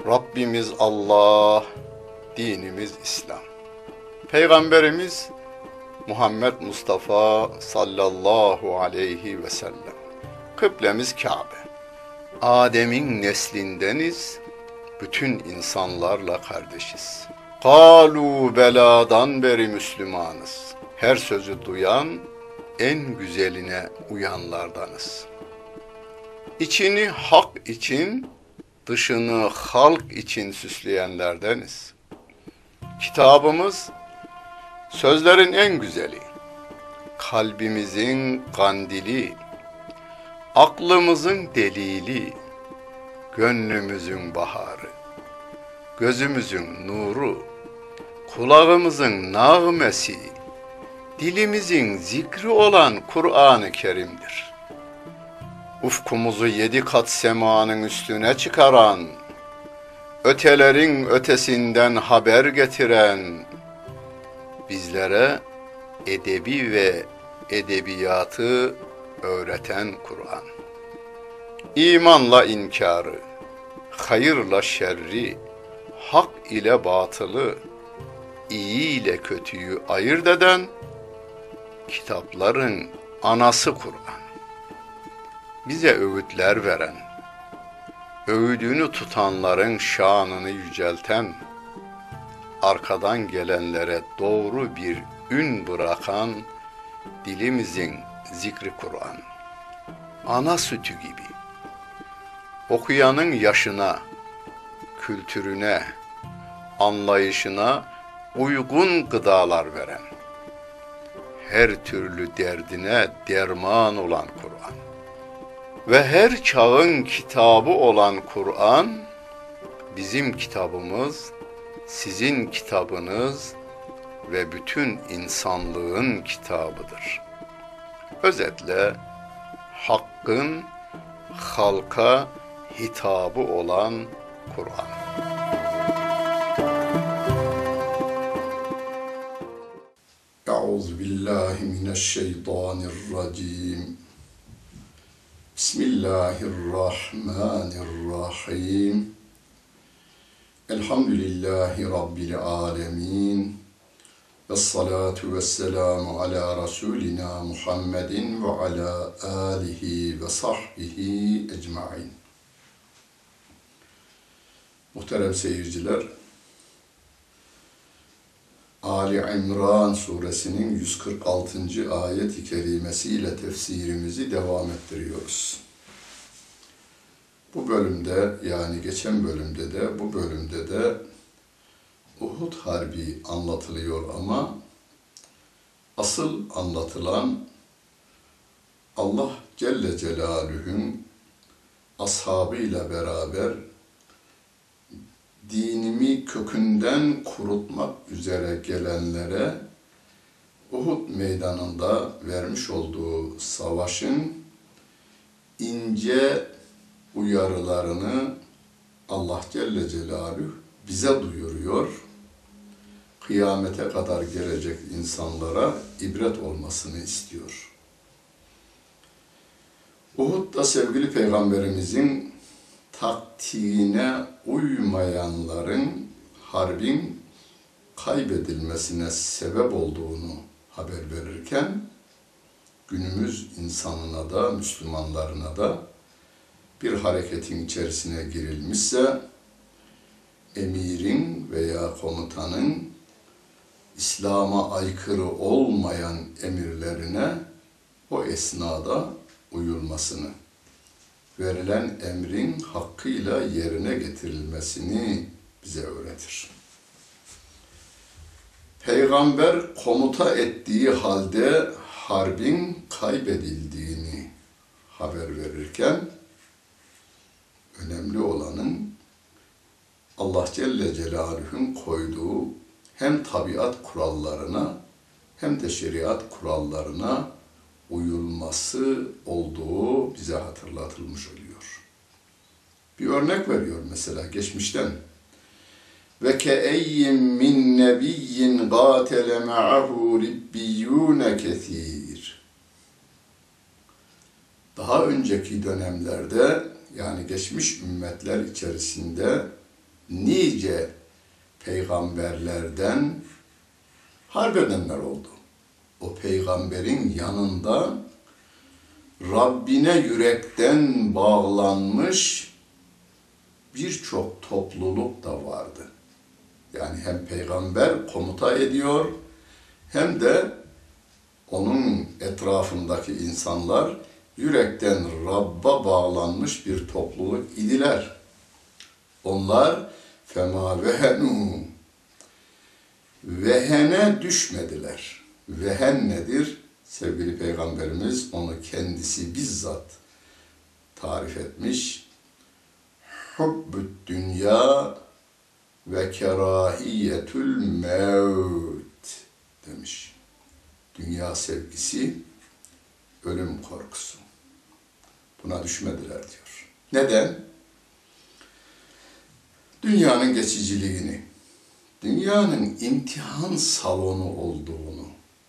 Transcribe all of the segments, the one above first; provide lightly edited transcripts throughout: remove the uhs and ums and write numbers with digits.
Rabbimiz Allah, dinimiz İslam. Peygamberimiz Muhammed Mustafa sallallahu aleyhi ve sellem. Kıblemiz Kabe. Adem'in neslindeniz, bütün insanlarla kardeşiz. Kalu beladan beri Müslümanız. Her sözü duyan, en güzeline uyanlardanız. İçini hak için, dışını halk için süsleyenlerdeniz. Kitabımız sözlerin en güzeli, kalbimizin kandili, aklımızın delili, gönlümüzün baharı, gözümüzün nuru, kulağımızın nağmesi, dilimizin zikri olan Kur'an-ı Kerim'dir. Ufkumuzu 7 kat semanın üstüne çıkaran, ötelerin ötesinden haber getiren, bizlere edebi ve edebiyatı öğreten Kur'an. İmanla inkarı, hayırla şerri, hak ile batılı, iyi ile kötüyü ayırt eden kitapların anası Kur'an. Bize öğütler veren, öğüdünü tutanların şanını yücelten, arkadan gelenlere doğru bir ün bırakan dilimizin zikri Kur'an. Ana sütü gibi, okuyanın yaşına, kültürüne, anlayışına uygun gıdalar veren, her türlü derdine derman olan Kur'an ve her çağın kitabı olan Kur'an, bizim kitabımız, sizin kitabınız ve bütün insanlığın kitabıdır. Özetle hakkın halka hitabı olan Kur'an. Euzubillahimineşşeytanirracim. Bismillahirrahmanirrahim. Elhamdülillahi Rabbil alemin. Vessalatu vesselamu ala Resulina Muhammedin ve ala alihi ve sahbihi ecmain. Muhterem seyirciler, Ali İmran suresinin 146. ayet-i kerimesiyle tefsirimizi devam ettiriyoruz. Bu bölümde, yani geçen bölümde de, bu bölümde de Uhud Harbi anlatılıyor ama asıl anlatılan Allah Celle Celaluhu'nun ashabıyla beraber dinimi kökünden kurutmak üzere gelenlere Uhud meydanında vermiş olduğu savaşın ince uyarılarını Allah Celle Celaluhu bize duyuruyor. Kıyamete kadar gelecek insanlara ibret olmasını istiyor. Uhud'da sevgili Peygamberimizin taktiğine uymayanların harbin kaybedilmesine sebep olduğunu haber verirken, günümüz insanına da, Müslümanlarına da bir hareketin içerisine girilmişse, emirin veya komutanın İslam'a aykırı olmayan emirlerine o esnada uyulmasını, verilen emrin hakkıyla yerine getirilmesini bize öğretir. Peygamber komuta ettiği halde harbin kaybedildiğini haber verirken, önemli olanın Allah Celle Celaluhu'nun koyduğu hem tabiat kurallarına hem de şeriat kurallarına uyulması olduğu bize hatırlatılmış oluyor. Bir örnek veriyor mesela geçmişten. Ve ke'eyyin min nebiyyin qatele ma'ahu ribbiyyûne kethîr. Daha önceki dönemlerde, yani geçmiş ümmetler içerisinde nice peygamberlerden harp edenler oldu. O peygamberin yanında Rabbine yürekten bağlanmış birçok topluluk da vardı. Yani hem peygamber komuta ediyor hem de onun etrafındaki insanlar yürekten Rabb'a bağlanmış bir topluluk idiler. Onlar fema vehenu, vehene düşmediler. Vehen nedir? Sevgili Peygamberimiz onu kendisi bizzat tarif etmiş. Hubbü't dünya ve kerahiyetül mevt demiş. Dünya sevgisi, ölüm korkusu. Buna düşmediler diyor. Neden? Dünyanın geçiciliğini, dünyanın imtihan salonu olduğunu,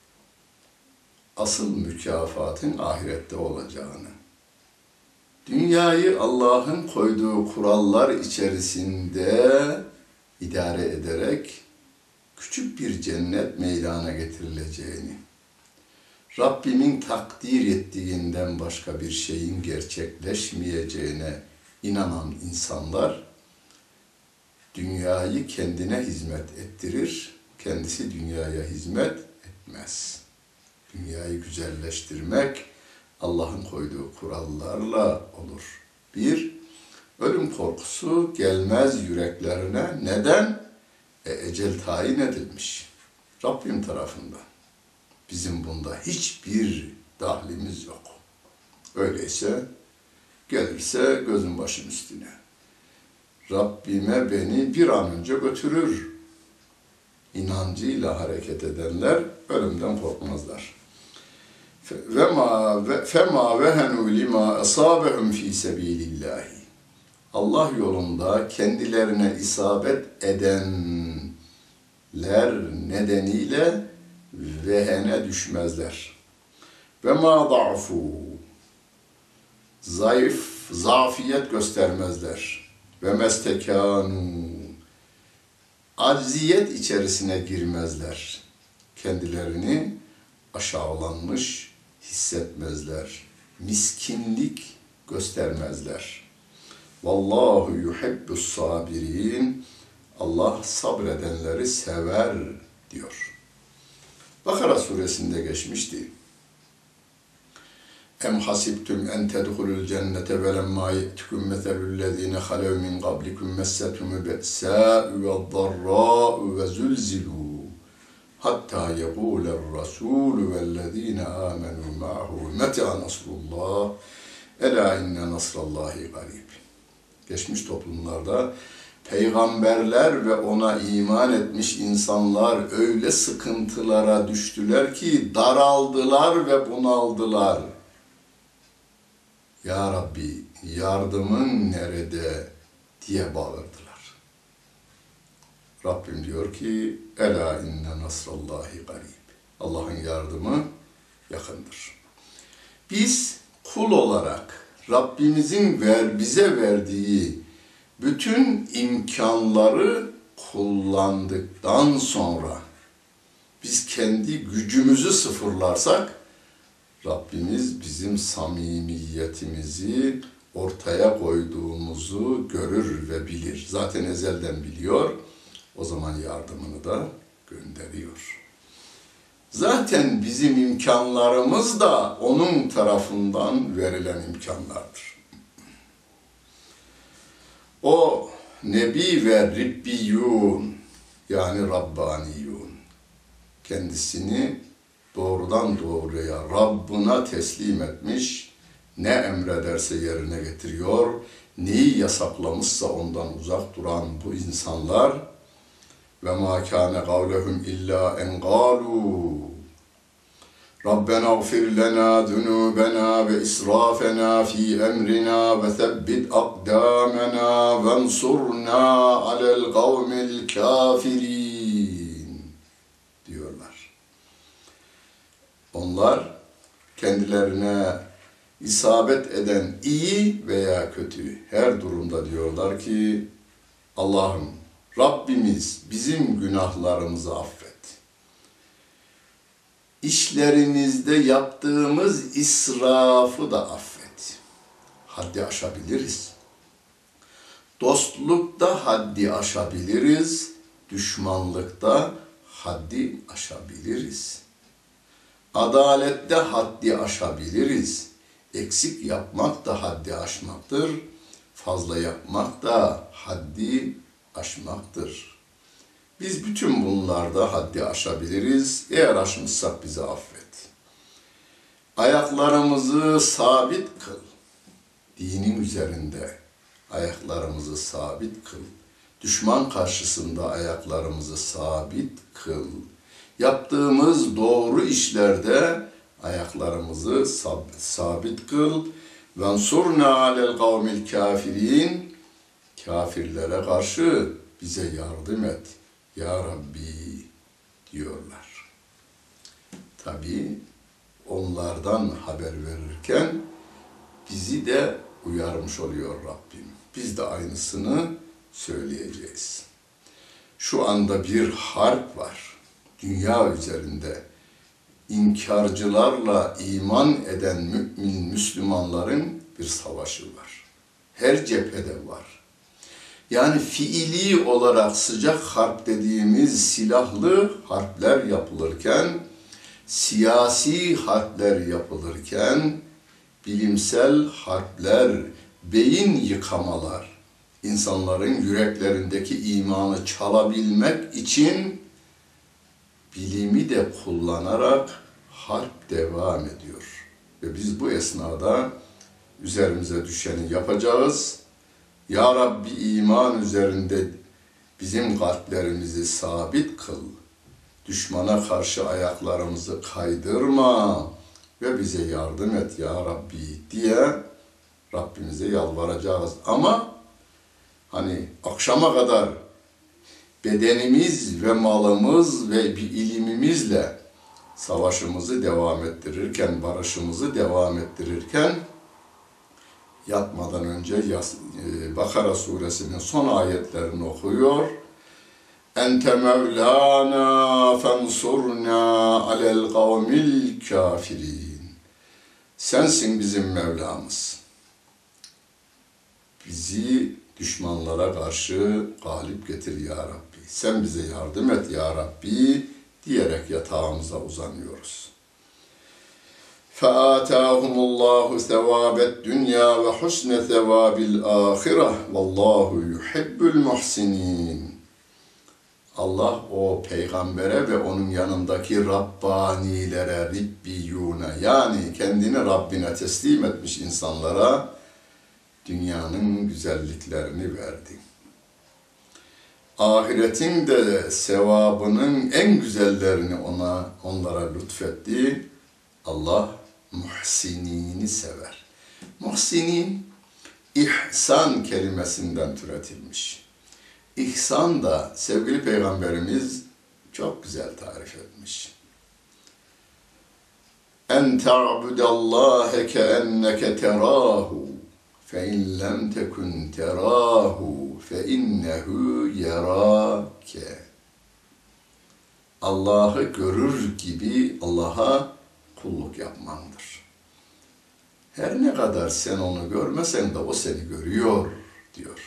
asıl mükafatın ahirette olacağını, dünyayı Allah'ın koyduğu kurallar içerisinde idare ederek küçük bir cennet meydana getirileceğini, Rabbimin takdir ettiğinden başka bir şeyin gerçekleşmeyeceğine inanan insanlar, dünyayı kendine hizmet ettirir, kendisi dünyaya hizmet etmez. Dünyayı güzelleştirmek Allah'ın koyduğu kurallarla olur. Bir, ölüm korkusu gelmez yüreklerine. Neden? Ecel tayin edilmiş. Rabbim tarafından. Bizim bunda hiçbir dahlimiz yok. Öyleyse gelirse gözün başın üstüne. Rabbime beni bir an önce götürür inancıyla hareket edenler ölümden korkmazlar. Fema vehenu lima asabehum fi sabilillah. Allah yolunda kendilerine isabet edenler nedeniyle vehene düşmezler. Ve ma da'fu, zafiyet göstermezler. Ve mestekanu, acziyet içerisine girmezler. Kendilerini aşağılanmış hissetmezler. Miskinlik göstermezler. Vallahu yuhibbus sabirin. Allah sabredenleri sever diyor. Bakara suresinde geçmişti. Em hasibtum en tedhulul cennete ve lemma ye'tikum meselüllezine halev min qablikum messetumul be'sâ'u ve'd-darrâ'u ve zulzilu hatta yeqûler rasûlü vellezîne âmenû ma'hu metâ nasrullah elâ inne nasrallahi garîb. Geçmiş toplumlarda peygamberler ve ona iman etmiş insanlar öyle sıkıntılara düştüler ki daraldılar ve bunaldılar. Ya Rabbi yardımın nerede diye bağırdılar. Rabbim diyor ki Ela inne nasrallahi garib. Allah'ın yardımı yakındır. Biz kul olarak Rabbimizin bize verdiği bütün imkanları kullandıktan sonra biz kendi gücümüzü sıfırlarsak Rabbimiz bizim samimiyetimizi ortaya koyduğumuzu görür ve bilir. Zaten ezelden biliyor. O zaman yardımını da gönderiyor. Zaten bizim imkanlarımız da onun tarafından verilen imkanlardır. O Nebi ve Ribbiyun yani Rabbaniyun kendisini doğrudan doğruya Rabbına teslim etmiş, ne emrederse yerine getiriyor, neyi yasaklamışsa ondan uzak duran bu insanlar ve ma kana kavlehum illa en qalu Rabbena gfir lena zunubena ve israfena fi emrina ve thebbit akdamena ve ansurna alel kavmil kafirin diyorlar. Onlar kendilerine isabet eden iyi veya kötü her durumda diyorlar ki Allah'ım, Rabbimiz bizim günahlarımızı affet. İşlerimizde yaptığımız israfı da affet. Haddi aşabiliriz. Dostlukta haddi aşabiliriz. Düşmanlıkta haddi aşabiliriz. Adalette haddi aşabiliriz. Eksik yapmak da haddi aşmaktır. Fazla yapmak da haddi aşmaktır. Biz bütün bunlarda haddi aşabiliriz. Eğer aşmışsak bizi affet. Ayaklarımızı sabit kıl. Dinin üzerinde ayaklarımızı sabit kıl. Düşman karşısında ayaklarımızı sabit kıl. Yaptığımız doğru işlerde ayaklarımızı sabit kıl. وَانْصُرْنَا عَلَى الْقَوْمِ الْكَافِرِينَ Kafirlere karşı bize yardım et ya Rabbi diyorlar. Tabii onlardan haber verirken bizi de uyarmış oluyor Rabbim. Biz de aynısını söyleyeceğiz. Şu anda bir harp var. Dünya üzerinde inkarcılarla iman eden Müslümanların bir savaşı var. Her cephede var. Yani fiili olarak sıcak harp dediğimiz silahlı harpler yapılırken, siyasi harpler yapılırken, bilimsel harpler, beyin yıkamalar, insanların yüreklerindeki imanı çalabilmek için bilimi de kullanarak harp devam ediyor. Ve biz bu esnada üzerimize düşeni yapacağız. Ya Rabbi iman üzerinde bizim kalplerimizi sabit kıl. Düşmana karşı ayaklarımızı kaydırma ve bize yardım et ya Rabbi diye Rabbimize yalvaracağız. Ama hani akşama kadar bedenimiz ve malımız ve bir ilimimizle savaşımızı devam ettirirken, barışımızı devam ettirirken yatmadan önce Bakara suresinin son ayetlerini okuyor. Ente mevlana fensurna alel kavmil kafirin. Sensin bizim Mevlamız. Bizi düşmanlara karşı galip getir ya Rabbi. Sen bize yardım et ya Rabbi diyerek yatağımıza uzanıyoruz. فَآتَاهُمُ اللّٰهُ ثَوَابَ الدُّنْيَا وَحُسْنَ ثَوَابِ الْآخِرَةِ وَاللّٰهُ يُحِبُّ الْمُحْسِنِينَ Allah o peygambere ve onun yanındaki Rabbanilere, Ribbiyune yani kendini Rabbine teslim etmiş insanlara dünyanın güzelliklerini verdi. Ahiretin de sevabının en güzellerini onlara lütfetti. Allah muhsinini sever. Muhsinin ihsan kelimesinden türetilmiş. İhsan da sevgili Peygamberimiz çok güzel tarif etmiş. En ta'budallâhe keenneke terâhu fe in lem tekun terâhu fe innehu yerâke. Allah'ı görür gibi Allah'a kulluk yapmandır. Her ne kadar sen onu görmesen de o seni görüyor diyor.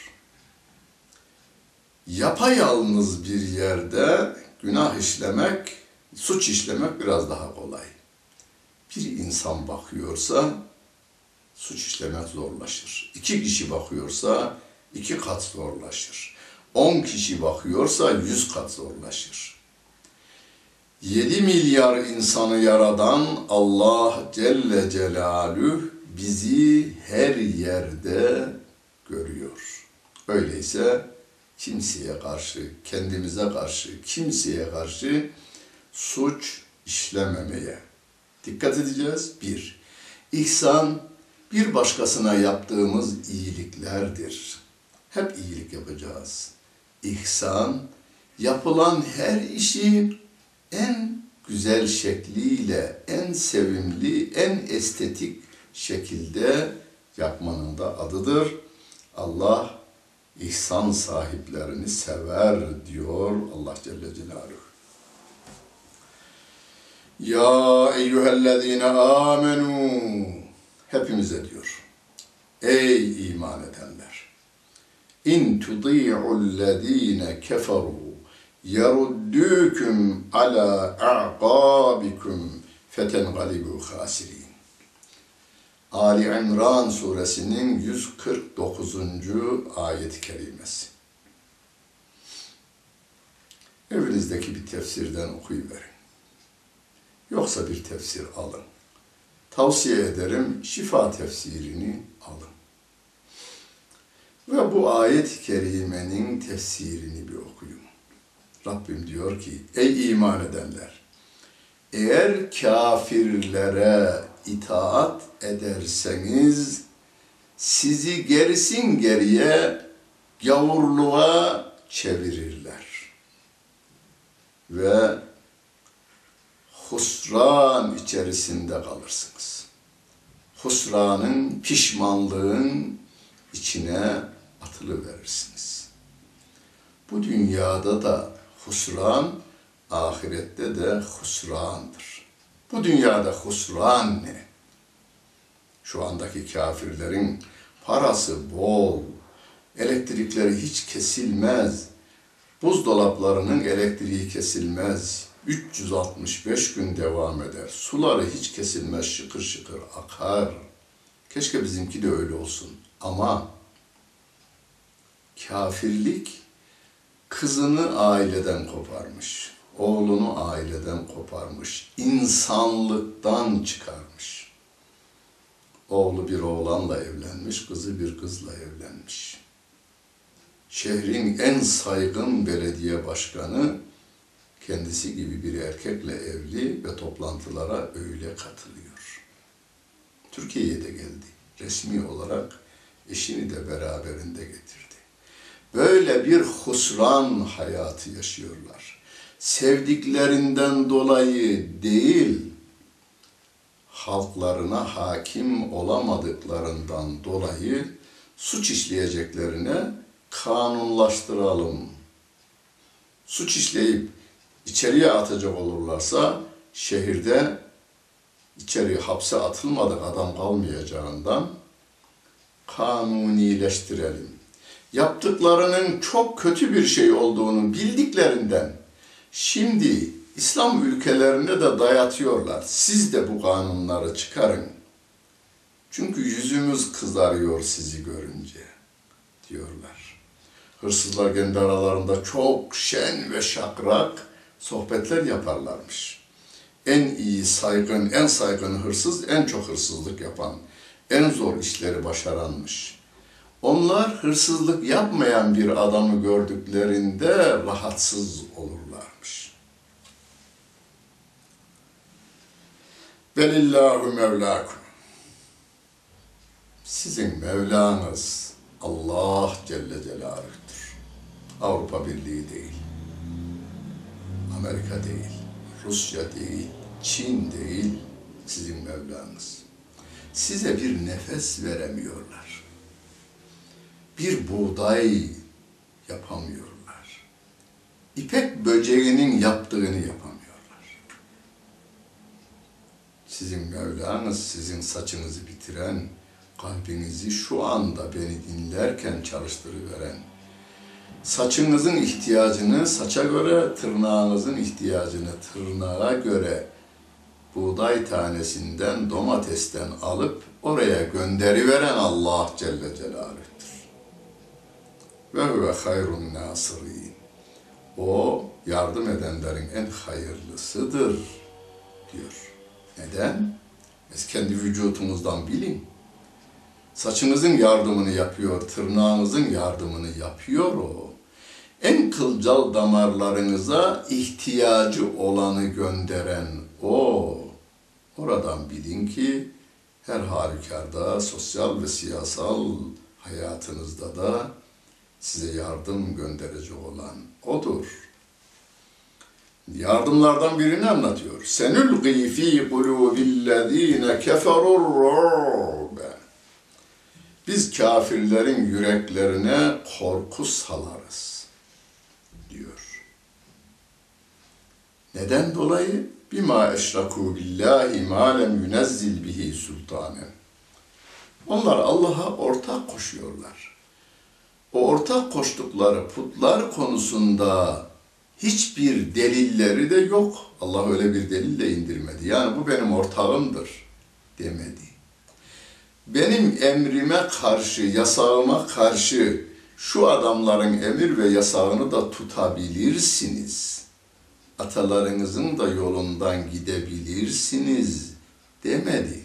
Yapayalnız bir yerde günah işlemek, suç işlemek biraz daha kolay. Bir insan bakıyorsa suç işlemek zorlaşır. 2 kişi bakıyorsa 2 kat zorlaşır. 10 kişi bakıyorsa 100 kat zorlaşır. 7 milyar insanı yaradan Allah Celle Celaluhu bizi her yerde görüyor. Öyleyse kimseye karşı, kendimize karşı, kimseye karşı suç işlememeye dikkat edeceğiz. 1. İhsan, bir başkasına yaptığımız iyiliklerdir. Hep iyilik yapacağız. İhsan, yapılan her işi en güzel şekliyle, en sevimli, en estetik şekilde yapmanın da adıdır. Allah ihsan sahiplerini sever diyor Allah Celle Celaluhu. Ya eyyühellezine amenu, hepimize diyor. Ey iman edenler! İn tudi'ullezine keferu yeruddûküm ala a'qâbikum fetengalibû khâsirîn. Ali İmran suresinin 149. ayet-i kerimesi. Evinizdeki bir tefsirden okuyuverin. Yoksa bir tefsir alın. Tavsiye ederim şifa tefsirini alın. Ve bu ayet-i kerimenin tefsirini bir okuyun. Rabbim diyor ki, ey iman edenler! Eğer kafirlere itaat ederseniz, sizi gerisin geriye gavurluğa çevirirler. Ve husran içerisinde kalırsınız. Husranın, pişmanlığın içine atılıverirsiniz. Bu dünyada da husran, ahirette de husrandır. Bu dünyada husran ne? Şu andaki kafirlerin parası bol, elektrikleri hiç kesilmez, buzdolaplarının elektriği kesilmez, 365 gün devam eder, suları hiç kesilmez, şıkır şıkır akar. Keşke bizimki de öyle olsun. Ama kafirlik kızını aileden koparmış, oğlunu aileden koparmış, insanlıktan çıkarmış. Oğlu bir oğlanla evlenmiş, kızı bir kızla evlenmiş. Şehrin en saygın belediye başkanı kendisi gibi bir erkekle evli ve toplantılara öyle katılıyor. Türkiye'ye de geldi. Resmi olarak eşini de beraberinde getirdi. Böyle bir husran hayatı yaşıyorlar. Sevdiklerinden dolayı değil, halklarına hakim olamadıklarından dolayı suç işleyeceklerine kanunlaştıralım. Suç işleyip içeriye atacak olurlarsa şehirde içeriye hapse atılmadık adam kalmayacağından kanunileştirelim. Yaptıklarının çok kötü bir şey olduğunu bildiklerinden şimdi İslam ülkelerine de dayatıyorlar. Siz de bu kanunları çıkarın. Çünkü yüzümüz kızarıyor sizi görünce diyorlar. Hırsızlar kendi aralarında çok şen ve şakrak sohbetler yaparlarmış. En iyi saygın, en saygın hırsız, en çok hırsızlık yapan, en zor işleri başaranmış. Onlar hırsızlık yapmayan bir adamı gördüklerinde rahatsız olurlarmış. Velillahu mevlakum. Sizin Mevlanız Allah Celle Celaluhu'dur. Avrupa Birliği değil, Amerika değil, Rusya değil, Çin değil, sizin Mevlanız. Size bir nefes veremiyorlar. Bir buğday yapamıyorlar. İpek böceğinin yaptığını yapamıyorlar. Sizin Mevlanız, sizin saçınızı bitiren, kalbinizi şu anda beni dinlerken çalıştırıveren, saçınızın ihtiyacını saça göre, tırnağınızın ihtiyacını tırnağa göre buğday tanesinden, domatesten alıp oraya gönderiveren Allah Celle Celaluhu'dur. Ve huve hayrun nasirin. O yardım edenlerin en hayırlısıdır diyor. Neden? Biz kendi vücutumuzdan bilin. Saçınızın yardımını yapıyor, tırnağınızın yardımını yapıyor o. En kılcal damarlarınıza ihtiyacı olanı gönderen o. Oradan bilin ki her halükarda sosyal ve siyasal hayatınızda da size yardım gönderecek olan odur. Yardımlardan birini anlatıyor. Senulqi fi kulubillezine keferur ru'be. Biz kafirlerin yüreklerine korku salarız diyor. Neden dolayı? Bima eşrakû billahi mâ lem yunezzil bihi sultanen. Onlar Allah'a ortak koşuyorlar. O ortak koştukları putlar konusunda hiçbir delilleri de yok. Allah öyle bir delil de indirmedi. Yani bu benim ortağımdır demedi. Benim emrime karşı, yasağıma karşı şu adamların emir ve yasağını da tutabilirsiniz. Atalarınızın da yolundan gidebilirsiniz demedi.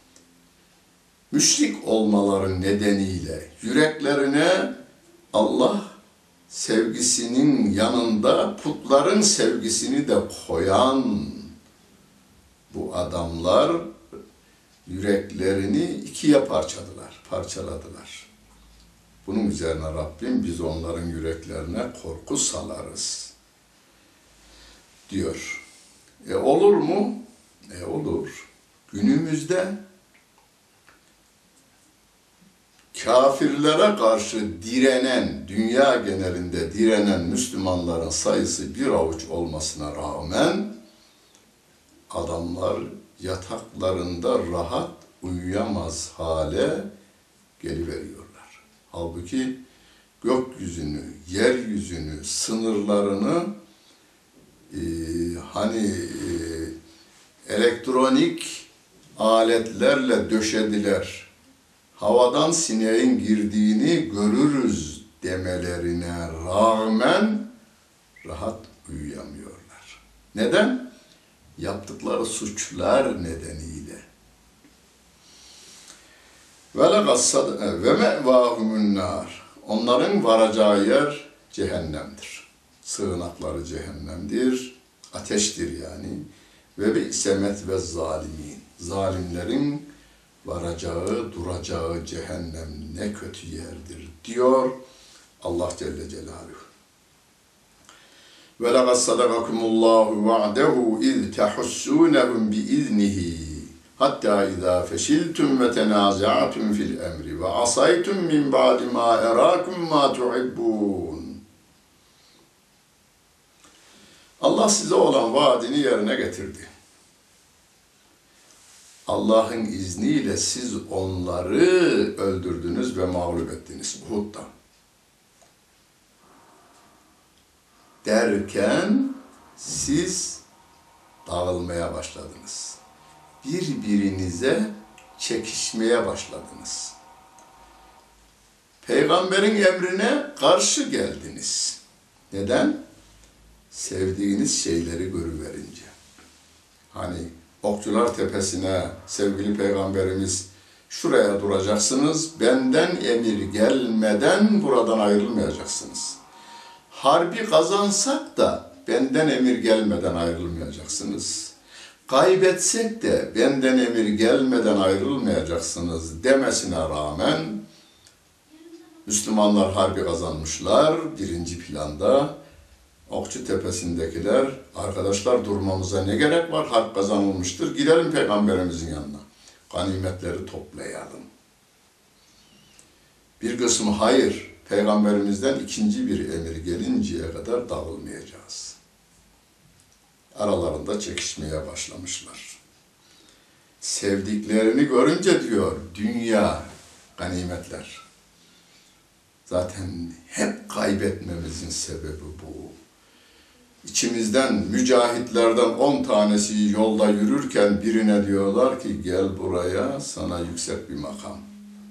Müşrik olmaları nedeniyle yüreklerine Allah sevgisinin yanında putların sevgisini de koyan bu adamlar yüreklerini ikiye parçaladılar. Bunun üzerine Rabbim biz onların yüreklerine korku salarız diyor. Olur mu? Olur. Günümüzde kafirlere karşı direnen, dünya genelinde direnen Müslümanların sayısı bir avuç olmasına rağmen adamlar yataklarında rahat uyuyamaz hale geliveriyorlar. Halbuki gökyüzünü, yeryüzünü, sınırlarını elektronik aletlerle döşediler. Havadan sineğin girdiğini görürüz demelerine rağmen rahat uyuyamıyorlar. Neden? Yaptıkları suçlar nedeniyle. Ve me'vâhumun nâr. Onların varacağı yer cehennemdir. Sığınakları cehennemdir. Ateştir yani. Ve bi'se mesve zalimin. Zalimlerin varacağı, duracağı cehennem ne kötü yerdir diyor Allah Celle Celaluhu. Ve laqad sadakakumullahu va'dehu iz tahussunehum biiznihi hatta izâ feşiltum ve tenâza'tum fil emri ve asaytum min ba'di mâ erâkum mâ tuhibbûn. Allah size olan vaadini yerine getirdi. Allah'ın izniyle siz onları öldürdünüz ve mağlup ettiniz Uhud'da. Derken siz dağılmaya başladınız. Birbirinize çekişmeye başladınız. Peygamberin emrine karşı geldiniz. Neden? Sevdiğiniz şeyleri görüverince. Hani Okçular Tepesi'ne sevgili Peygamberimiz şuraya duracaksınız, benden emir gelmeden buradan ayrılmayacaksınız. Harbi kazansak da benden emir gelmeden ayrılmayacaksınız. Kaybetsek de benden emir gelmeden ayrılmayacaksınız demesine rağmen Müslümanlar harbi kazanmışlar birinci planda. Okçu Tepesi'ndekiler, arkadaşlar durmamıza ne gerek var? Harp kazanılmıştır. Gidelim Peygamberimizin yanına. Ganimetleri toplayalım. Bir kısmı hayır. Peygamberimizden ikinci bir emir gelinceye kadar dağılmayacağız. Aralarında çekişmeye başlamışlar. Sevdiklerini görünce diyor, dünya, ganimetler. Zaten hep kaybetmemizin sebebi bu. İçimizden, mücahitlerden 10 tanesi yolda yürürken birine diyorlar ki gel buraya sana yüksek bir makam.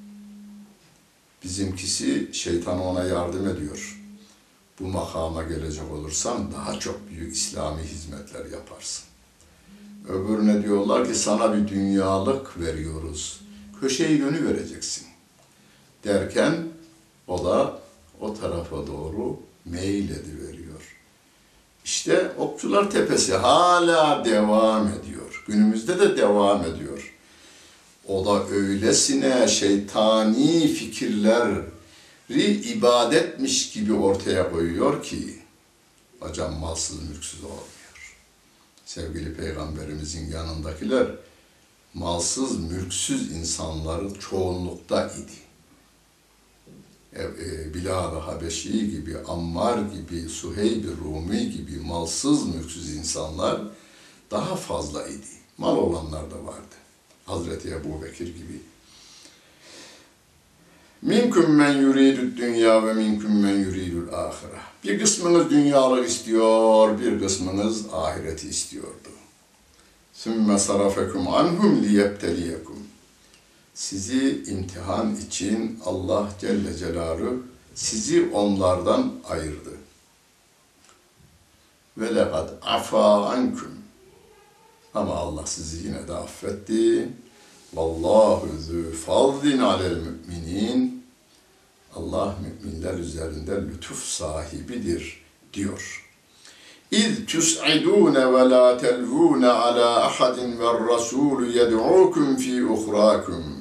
Bizimkisi şeytan ona yardım ediyor. Bu makama gelecek olursan daha çok büyük İslami hizmetler yaparsın. Öbürüne diyorlar ki sana bir dünyalık veriyoruz. Köşeyi dönüvereceksin. Derken o da o tarafa doğru meylediveriyor. İşte Okçular Tepesi hala devam ediyor. Günümüzde de devam ediyor. O da öylesine şeytani fikirleri ibadetmiş gibi ortaya koyuyor ki hocam malsız mülksüz olmuyor. Sevgili Peygamberimizin yanındakiler malsız mülksüz insanların çoğunlukta idi. Bilal-i Habeşi gibi, Ammar gibi, Suheyb-i Rumi gibi malsız mülksüz insanlar daha fazlaydı. Mal olanlar da vardı. Hazreti Ebu Bekir gibi. Minkum men yuridud dünya ve minkum men yuridul ahire. Bir kısmınız dünyalık istiyor, bir kısmınız ahireti istiyordu. Sümme sarafekum anhum liyebteliyekum. Sizi imtihan için Allah Celle Celaluhu sizi onlardan ayırdı. Ve lekad afa ankum. Ama Allah sizi yine de affetti. Vallahu zü fadlin alel müminin. Allah müminler üzerinde lütuf sahibidir diyor. İz tus'idûne ve lâ telvûne alâ ahadin ve rasûlü yed'ûkum fî uhrâkum.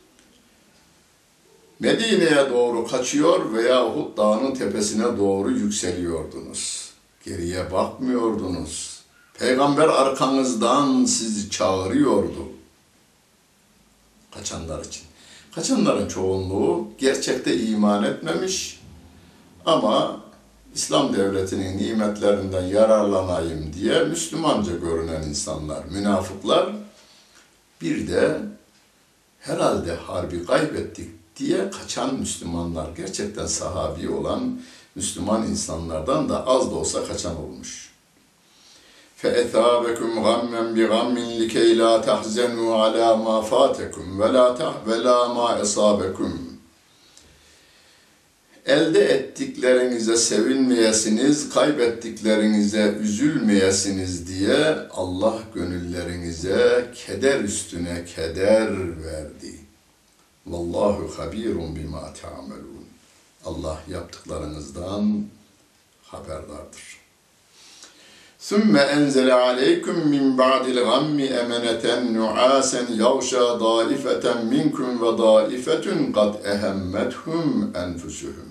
Medine'ye doğru kaçıyor veya Uhud dağının tepesine doğru yükseliyordunuz. Geriye bakmıyordunuz. Peygamber arkanızdan sizi çağırıyordu. Kaçanlar için. Kaçanların çoğunluğu gerçekte iman etmemiş ama İslam devletinin nimetlerinden yararlanayım diye Müslümanca görünen insanlar, münafıklar, bir de herhalde harbi kaybettik diye kaçan Müslümanlar, gerçekten sahabi olan Müslüman insanlardan da az da olsa kaçan olmuş. فَاَثَابَكُمْ غَمًّا بِغَمٍّ لِكَيْ لَا تَحْزَنُوا عَلَى مَا فَاتَكُمْ وَلَا مَا اَصَابَكُمْ. Elde ettiklerinize sevinmeyesiniz, kaybettiklerinize üzülmeyesiniz diye Allah gönüllerinize keder üstüne keder verdi. Vallahu habirun bima ta'melun. Allah yaptıklarınızdan haberdardır. Sümme enzele aleykum min ba'dil gammi emeneten nu'asen yavşa daifeten minkum ve daifetun kad ehemmethum enfusuhum.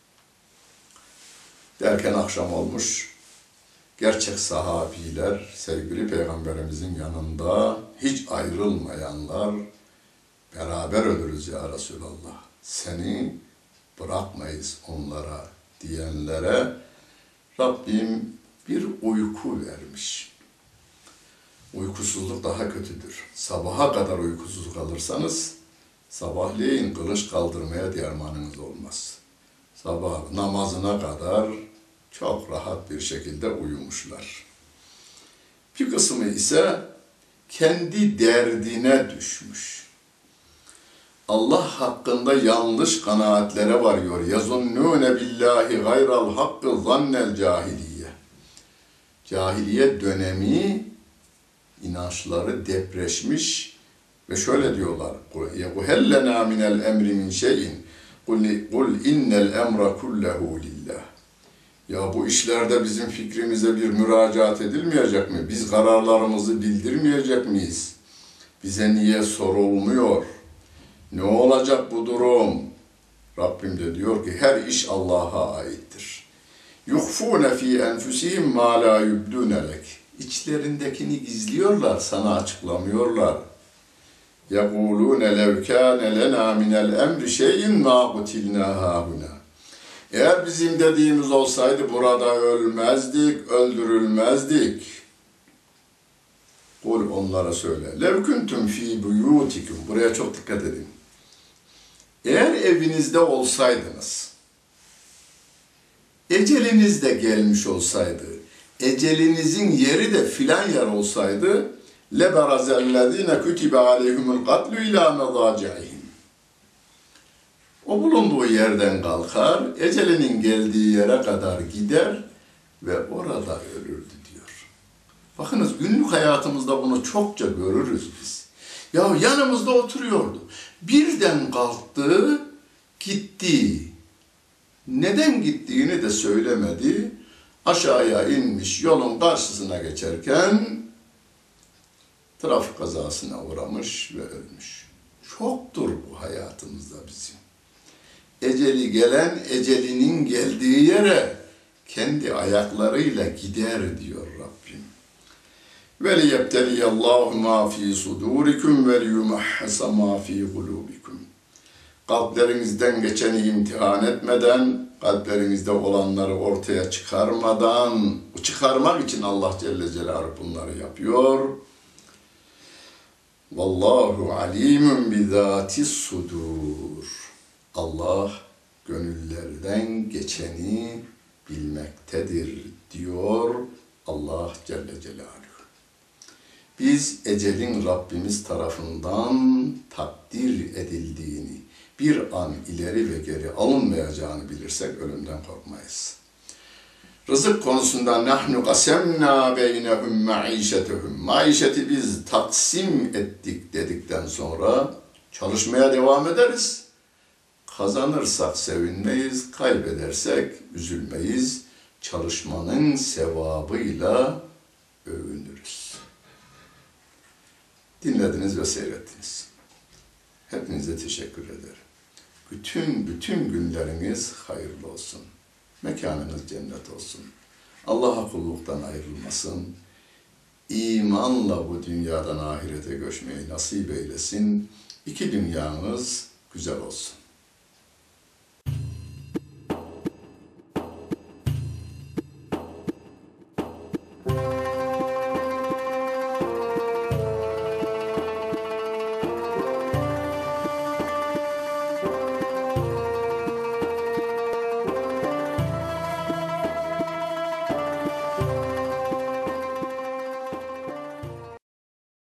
Derken akşam olmuş. Gerçek sahabiler, sevgili Peygamberimizin yanında hiç ayrılmayanlar, beraber ölürüz ya Resulallah, seni bırakmayız onlara diyenlere Rabbim bir uyku vermiş. Uykusuzluk daha kötüdür. Sabaha kadar uykusuz kalırsanız, sabahleyin kılıç kaldırmaya dermanınız olmaz. Sabah namazına kadar çok rahat bir şekilde uyumuşlar. Bir kısmı ise kendi derdine düşmüş. Allah hakkında yanlış kanaatlere varıyor. يَظُنُّونَ بِاللّٰهِ غَيْرَ الْحَقِّ ظَنَّ الْجَاهِلِيَّ. Cahiliye dönemi inançları depreşmiş ve şöyle diyorlar. يَقُهَلَّ لَنَا مِنَ الْاَمْرِ مِنْ شَيْءٍ قُلْ اِنَّ الْاَمْرَ كُلَّهُ لِلّٰهِ. Ya bu işlerde bizim fikrimize bir müracaat edilmeyecek mi? Biz kararlarımızı bildirmeyecek miyiz? Bize niye sorulmuyor? Ne olacak bu durum? Rabbim de diyor ki her iş Allah'a aittir. يُخْفُونَ ف۪ي اَنْفُسِهِمْ مَا لَا يُبْدُونَ لَكِ. İçlerindekini gizliyorlar, sana açıklamıyorlar. يَقُولُونَ لَوْ كَانَ لَنَا مِنَ الْاَمْرِ شَيْءٍ مَا قُتِلْنَا هَاهُنَا. Eğer bizim dediğimiz olsaydı burada ölmezdik, öldürülmezdik. Kul onlara söyle. لَوْ كُنْتُمْ ف۪ي بُيُوتِكُمْ. Buraya çok dikkat edin. Eğer evinizde olsaydınız, eceliniz de gelmiş olsaydı, ecelinizin yeri de filan yer olsaydı, لَبَرَزَ الَّذ۪ينَ كُتِبَ عَلَيْهُمُ الْقَتْلُ اِلٰى مَضَاجِعِهِمْ. O bulunduğu yerden kalkar, ecelinin geldiği yere kadar gider ve orada ölürdü diyor. Bakınız günlük hayatımızda bunu çokça görürüz biz. Ya yanımızda oturuyordu. Birden kalktı, gitti. Neden gittiğini de söylemedi. Aşağıya inmiş, yolun karşısına geçerken trafik kazasına uğramış ve ölmüş. Çoktur bu hayatımızda bizim. Eceli gelen, ecelinin geldiği yere kendi ayaklarıyla gider diyor Rabbim. وَلِيَبْتَلِيَ اللّٰهُ مَا ف۪ي صُدُورِكُمْ وَلِيُمَحَّسَ مَا ف۪ي قُلُوبِكُمْ. kalplerinizden geçeni imtihan etmeden, kalplerinizde olanları ortaya çıkarmadan, çıkarmak için Allah Celle Celaluhu bunları yapıyor. Vallahu alimun bizatis sudur. Allah gönüllerden geçeni bilmektedir diyor Allah Celle Celaluhu. Biz ecelin Rabbimiz tarafından takdir edildiğini, bir an ileri ve geri alınmayacağını bilirsek ölümden korkmayız. Rızık konusunda nahnu qasemna beynehum maişetehum. Maişeti biz taksim ettik dedikten sonra çalışmaya devam ederiz. Kazanırsak sevinmeyiz, kaybedersek üzülmeyiz. Çalışmanın sevabıyla övünürüz. Dinlediniz ve seyrettiniz. Hepinize teşekkür ederim. Bütün günleriniz hayırlı olsun. Mekanınız cennet olsun. Allah'a kulluktan ayrılmasın. İmanla bu dünyadan ahirete göçmeyi nasip eylesin. İki dünyanız güzel olsun.